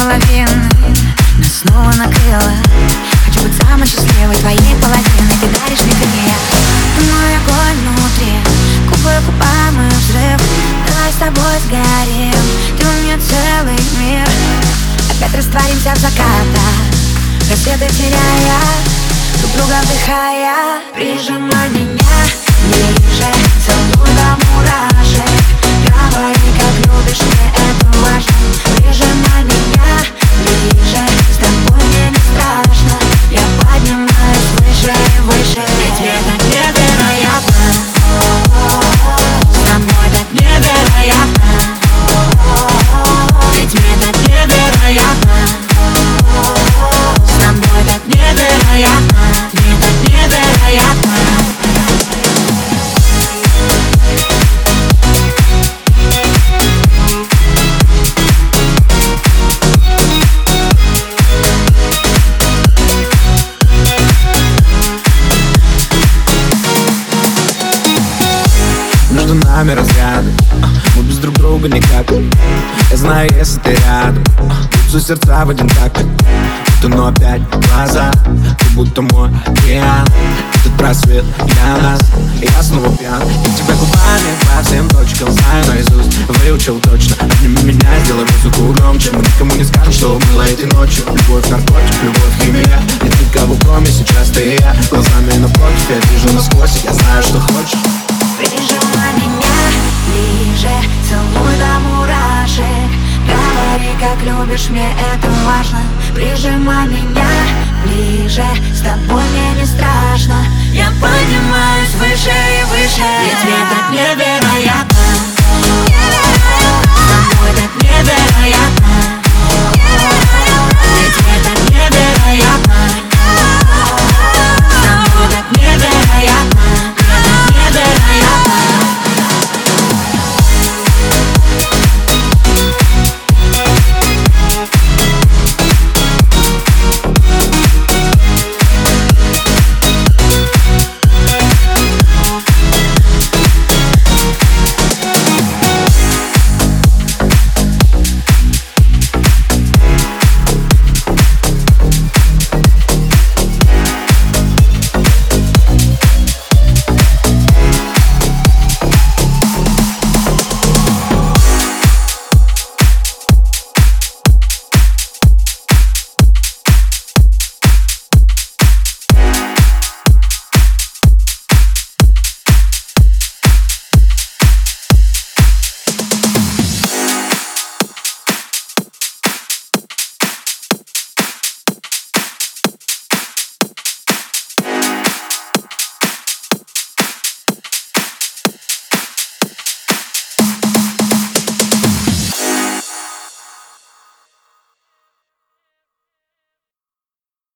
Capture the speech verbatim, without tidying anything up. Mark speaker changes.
Speaker 1: половины нас снова накрыло. Хочу быть самой счастливой твоей половиной. Ты даришь мне крылья, ты мой огонь внутри. Губы губам и взрыв. Давай с тобой сгорим, ты у меня целый мир. Опять растворимся в закатах, рассветы теряя, друг друга вдыхая. Прижимай меня ближе, целуй до мурашек. Говори, как любишь, мне это важно. Прижимай меня ближе, с тобой мне не страшно. Я поднимаюсь выше и выше, ведь это невероятно. С тобой так невероятно. Ведь это невероятно. С тобой так невероятно. Мне так невероятно.
Speaker 2: Между нами разряды, мы без друг друга никак. Я знаю, если ты рядом, бьются сердца в один такт. Но опять глаза, ты будто мой океан. Этот просвет для нас, я снова пьян. И тебя губами по всем точкам знаю наизусть, выучил точно. Обними меня, сделай музыку громче. Мы никому не скажем, что было этой ночью. Любовь, наркотик, любовь, химия. Нет никого, кроме сейчас ты и я. Глазами напротив, я вижу насквозь. Я знаю, что хочешь.
Speaker 1: Прижимай меня ближе, целуй до мурашек. Говори, как любишь, мне это важно. Прижимай меня ближе, с тобой